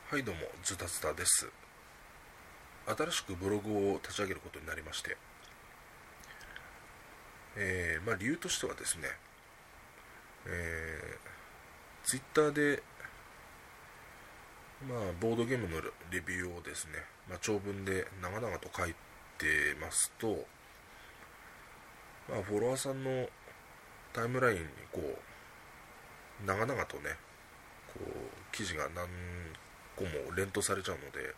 はいどうも、ズタズタです。新しくブログを立ち上げることになりまして、理由としてはですね、ツイッターで、ボードゲームのレビューをですね、長文で長々と書いてますと、フォロワーさんのタイムラインに長々とね、記事が何個も連投されちゃうので、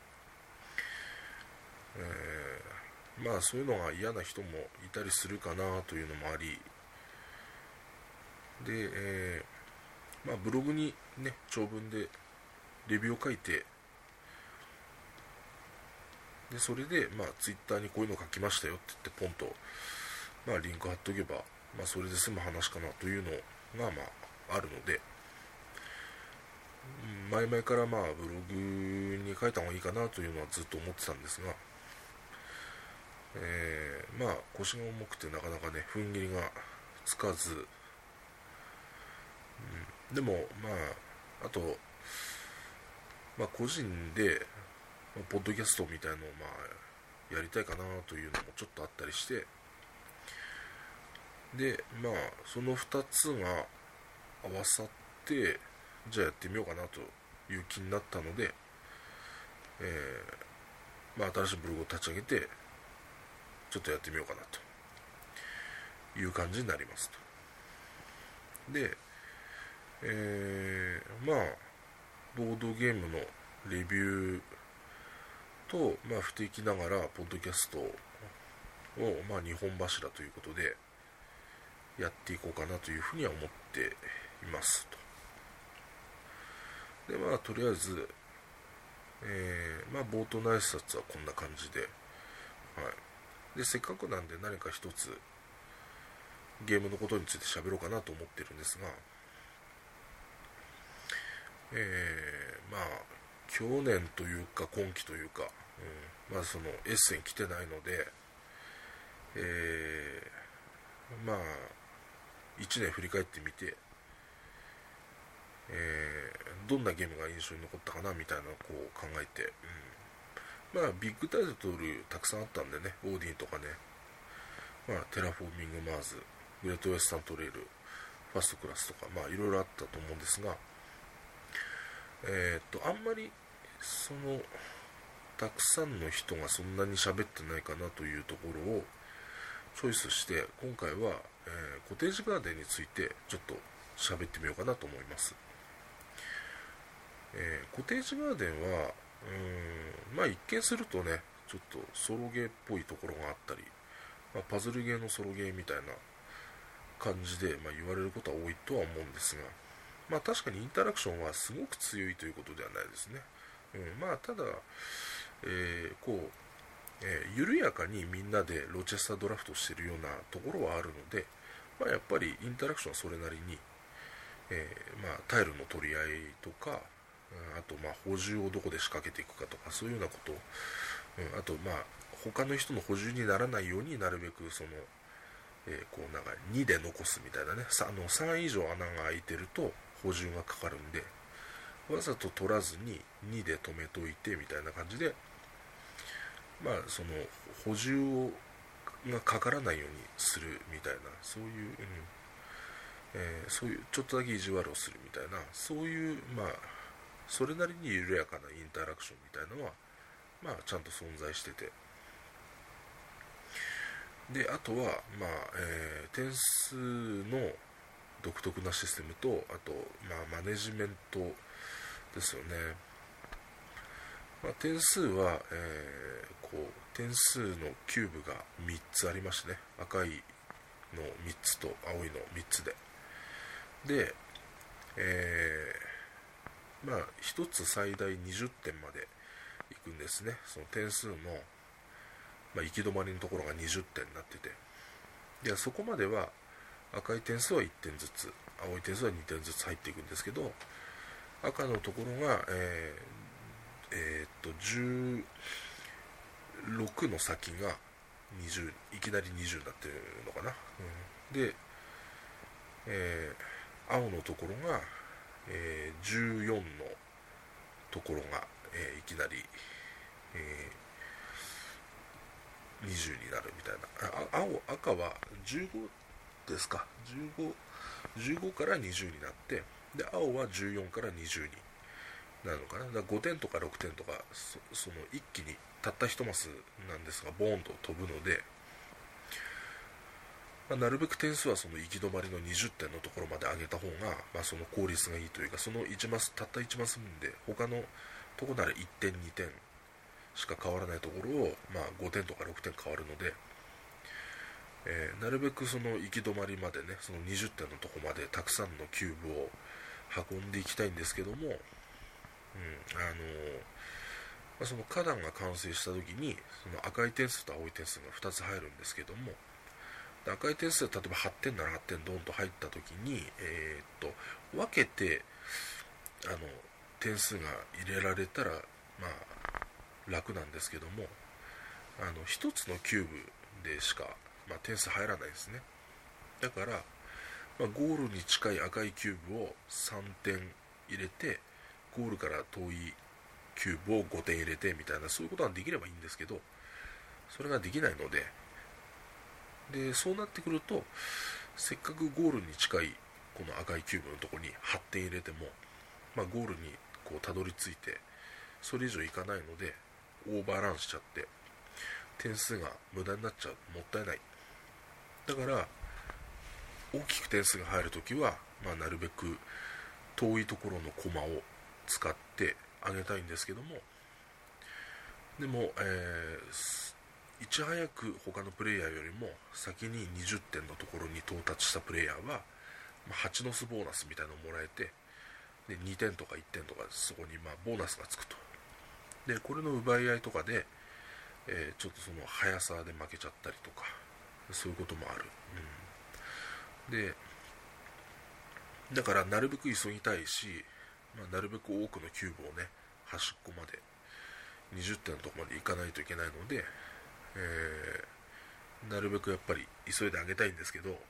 そういうのが嫌な人もいたりするかなというのもありで、ブログにね長文でレビューを書いて、でそれでツイッターにこういうの書きましたよって言ってポンと、リンク貼っとけば、それで済む話かなというのがあるので、前々からブログに書いた方がいいかなというのはずっと思ってたんですが、腰が重くてなかなかね踏ん切りがつかず、でもあと、個人でポッドキャストみたいのをやりたいかなというのもちょっとあったりして、でその2つが合わさってじゃあやってみようかなという気になったので、新しいブログを立ち上げてちょっとやってみようかなという感じになりますと。で、ボードゲームのレビューと、不定期ながらポッドキャストを、2本柱ということでやっていこうかなというふうには思っていますと。でとりあえず、冒頭の挨拶はこんな感じで、でせっかくなんで何か一つゲームのことについて喋ろうかなと思ってるんですが、去年というか今期というか、そのエッセン来てないので、1年振り返ってみて、どんなゲームが印象に残ったかなみたいなのを考えて、ビッグタイトルたくさんあったんでね、オーディンとかね、テラフォーミングマーズ、グレートウェスタントレイル、ファーストクラスとかいろいろあったと思うんですが、あんまりたくさんの人がそんなに喋ってないかなというところをチョイスして、今回は、コテージガーデンについてちょっと喋ってみようかなと思います。コテージガーデンは一見するとねちょっとソロゲーっぽいところがあったり、パズルゲーのソロゲーみたいな感じで、言われることは多いとは思うんですが、確かにインタラクションはすごく強いということではないですね。ただ、緩やかにみんなでロチェスタードラフトしているようなところはあるので、やっぱりインタラクションはそれなりに、タイルの取り合いとか、あと補充をどこで仕掛けていくかとか、そういうようなこと、あと他の人の補充にならないようになるべく2で残すみたいなね、3以上穴が開いてると補充がかかるんで、わざと取らずに2で止めといてみたいな感じで、その補充がかからないようにするみたいな、そういう、そういうちょっとだけ意地悪をするみたいな、そういうそれなりに緩やかなインタラクションみたいなのはちゃんと存在してて、であとは点数の独特なシステムと、あとマネジメントですよね。点数は、点数のキューブが3つありましてね、赤いの3つと青いの3つで、1つ最大20点までいくんですね。その点数の、行き止まりのところが20点になってて、でそこまでは赤い点数は1点ずつ、青い点数は2点ずつ入っていくんですけど、赤のところが、16の先が20、いきなり20になってるのかな、で、青のところが、14のところが、 いきなり、20になるみたいな。赤は15ですか。15から20になって、で青は14から20になるのかな。だから5点とか6点とかその一気にたった1マスなんですがボーンと飛ぶので、なるべく点数はその行き止まりの20点のところまで上げた方が、その効率がいいというか、その1マスたった1マス分で他のところなら1点2点しか変わらないところを、5点とか6点変わるので、なるべくその行き止まりまでね、その20点のところまでたくさんのキューブを運んでいきたいんですけども、その花壇が完成した時にその赤い点数と青い点数が2つ入るんですけども、赤い点数で例えば8点なら8点ドンと入った時に、分けて点数が入れられたら楽なんですけども、1つのキューブでしか、点数入らないですね。だから、ゴールに近い赤いキューブを3点入れて、ゴールから遠いキューブを5点入れてみたいな、そういうことができればいいんですけど、それができないので、そうなってくると、せっかくゴールに近いこの赤いキューブのところに8点入れても、ゴールにこうたどり着いてそれ以上いかないので、オーバーランしちゃって点数が無駄になっちゃう。もったいない。だから大きく点数が入るときは、なるべく遠いところのコマを使ってあげたいんですけども、でも、いち早く他のプレイヤーよりも先に20点のところに到達したプレイヤーは、8の巣ボーナスみたいなのをもらえて、で2点とか1点とかそこにボーナスがつくと。でこれの奪い合いとかで、ちょっとその速さで負けちゃったりとか、そういうこともある。でだからなるべく急ぎたいし、なるべく多くのキューブをね、端っこまで20点のところまで行かないといけないので、なるべくやっぱり急いであげたいんですけど、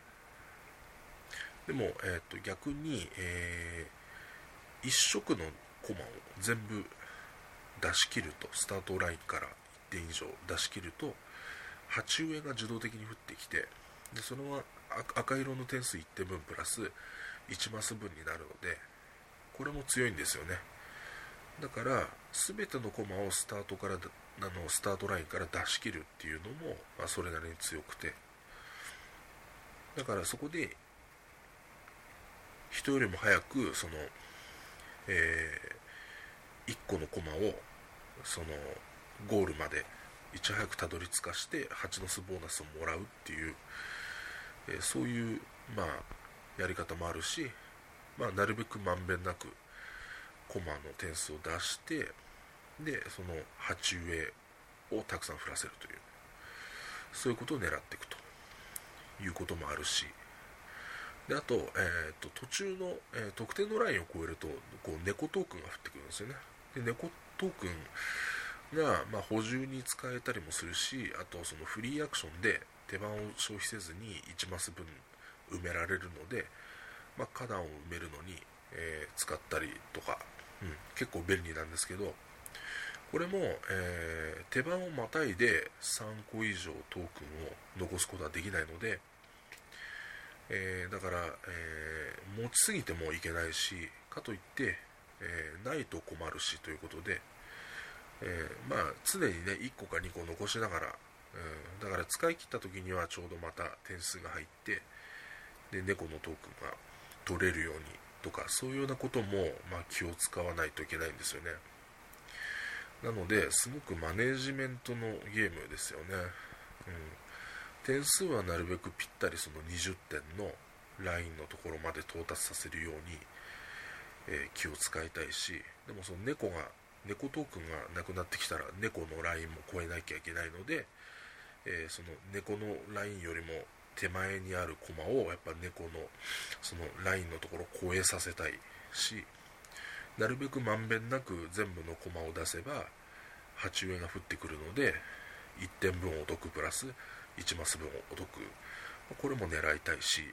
でも、逆に、1色のコマを全部出し切ると、スタートラインから1点以上出し切ると鉢植えが自動的に降ってきて、でその赤色の点数1点分プラス1マス分になるので、これも強いんですよね。だから全てのコマをスタートラインから出し切るっていうのも、それなりに強くて、だからそこで人よりも早くその、1個のコマをそのゴールまでいち早くたどり着かして8の巣ボーナスをもらうっていう、そういうやり方もあるし、なるべくまんべんなくコマの点数を出して、でその鉢植えをたくさん降らせるという、そういうことを狙っていくということもあるし、であと、途中の、得点のラインを超えるとこう猫トークンが降ってくるんですよね。で猫トークンが、補充に使えたりもするし、あとそのフリーアクションで手番を消費せずに1マス分埋められるので、花壇を埋めるのに、使ったりとか、結構便利なんですけど、これも、手番をまたいで3個以上トークンを残すことはできないので、だから、持ちすぎてもいけないし、かといって、ないと困るしということで、常にね1個か2個残しながら、だから使い切った時にはちょうどまた点数が入って、で猫のトークンが取れるようにとか、そういうようなことも、気を使わないといけないんですよね。なのですごくマネジメントのゲームですよね。点数はなるべくぴったりその20点のラインのところまで到達させるように、気を使いたいし、でもその猫トークンがなくなってきたら猫のラインも超えなきゃいけないので、その猫のラインよりも手前にあるコマをやっぱ猫のそのラインのところを超えさせたいし、なるべくまんべんなく全部のコマを出せば鉢植えが降ってくるので、1点分お得プラス1マス分お得、これも狙いたいし、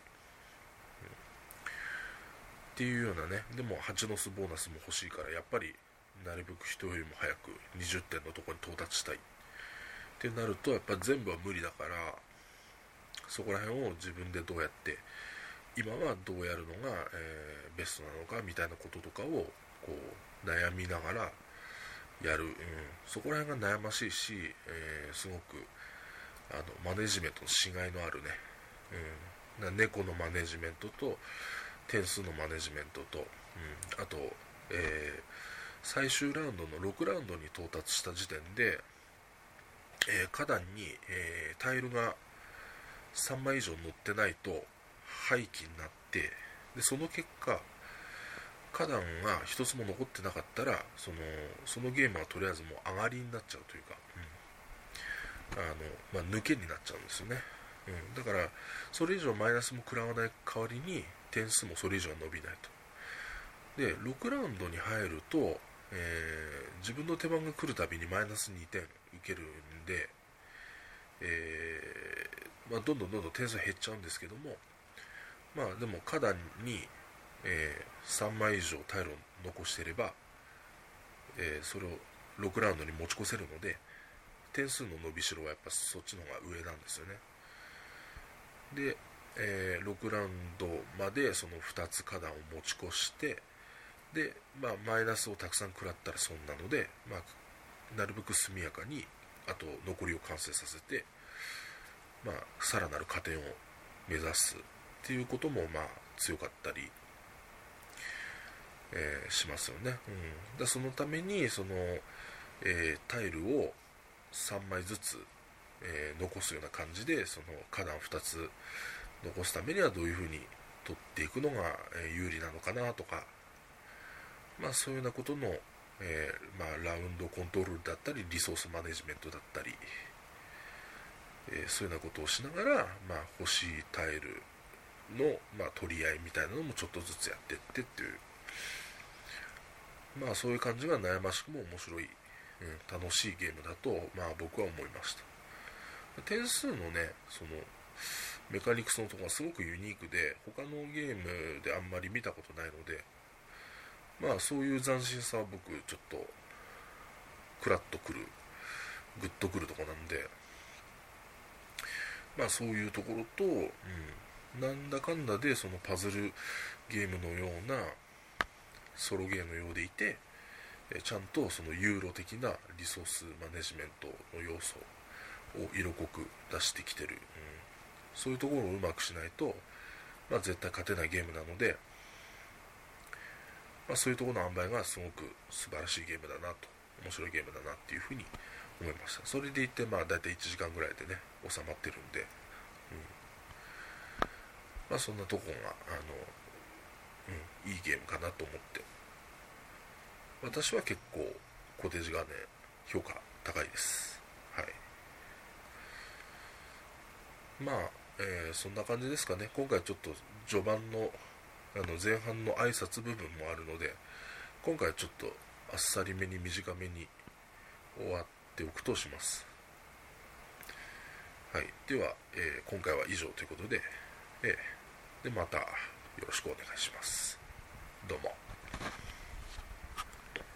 っていうようなね。でも8の巣ボーナスも欲しいから、やっぱりなるべく人よりも早く20点のところに到達したいってなると、やっぱ全部は無理だから、そこら辺を自分でどうやって今はどうやるのが、ベストなのかみたいなこととかをこう悩みながらやる、そこら辺が悩ましいし、すごくマネジメントのしがいのあるね、猫のマネジメントと点数のマネジメントと、あと、最終ラウンドの6ラウンドに到達した時点で、花壇に、タイルが3枚以上乗ってないと廃棄になって、でその結果花壇が一つも残ってなかったらそのゲームはとりあえずもう上がりになっちゃうというか、抜けになっちゃうんですよね、だからそれ以上マイナスも食らわない代わりに点数もそれ以上伸びないと。で6ラウンドに入ると、自分の手番が来るたびにマイナス2点受けるんで、どんどん点数減っちゃうんですけども、でも花壇に、3枚以上タイルを残していれば、それを6ラウンドに持ち越せるので、点数の伸びしろはやっぱそっちの方が上なんですよね。で、6ラウンドまでその2つ花壇を持ち越して、で、マイナスをたくさん食らったら損なので、なるべく速やかにあと残りを完成させて、さらなる加点を目指すっていうことも強かったり、しますよね。そのためにタイルを3枚ずつ、残すような感じで、その花壇2つ残すためにはどういうふうに取っていくのが、有利なのかなとか、そういうようなことの、ラウンドコントロールだったりリソースマネジメントだったり、そういうようなことをしながら、欲しいタイルの、取り合いみたいなのもちょっとずつやっていってっていう、そういう感じが悩ましくも面白い、楽しいゲームだと、僕は思いました。点数のね、そのメカニクスのところがすごくユニークで、他のゲームであんまり見たことないので、そういう斬新さは僕ちょっとクラッとくる、グッとくるところなんで、そういうところと、なんだかんだでそのパズルゲームのようなソロゲームのようでいて、ちゃんとそのユーロ的なリソースマネジメントの要素を色濃く出してきてる、そういうところをうまくしないと、絶対勝てないゲームなので、そういうところの塩梅がすごく素晴らしいゲームだなと、面白いゲームだなっていうふうに思いました。それでいてだいたい1時間ぐらいでね収まってるんで、そんなとこがいいゲームかなと思って、私は結構コテージがね評価高いです。はい。そんな感じですかね。今回ちょっと序盤の前半の挨拶部分もあるので、今回ちょっとあっさりめに短めに終わっておくとします。はい。では、今回は以上ということで、でまたよろしくお願いします。どうも。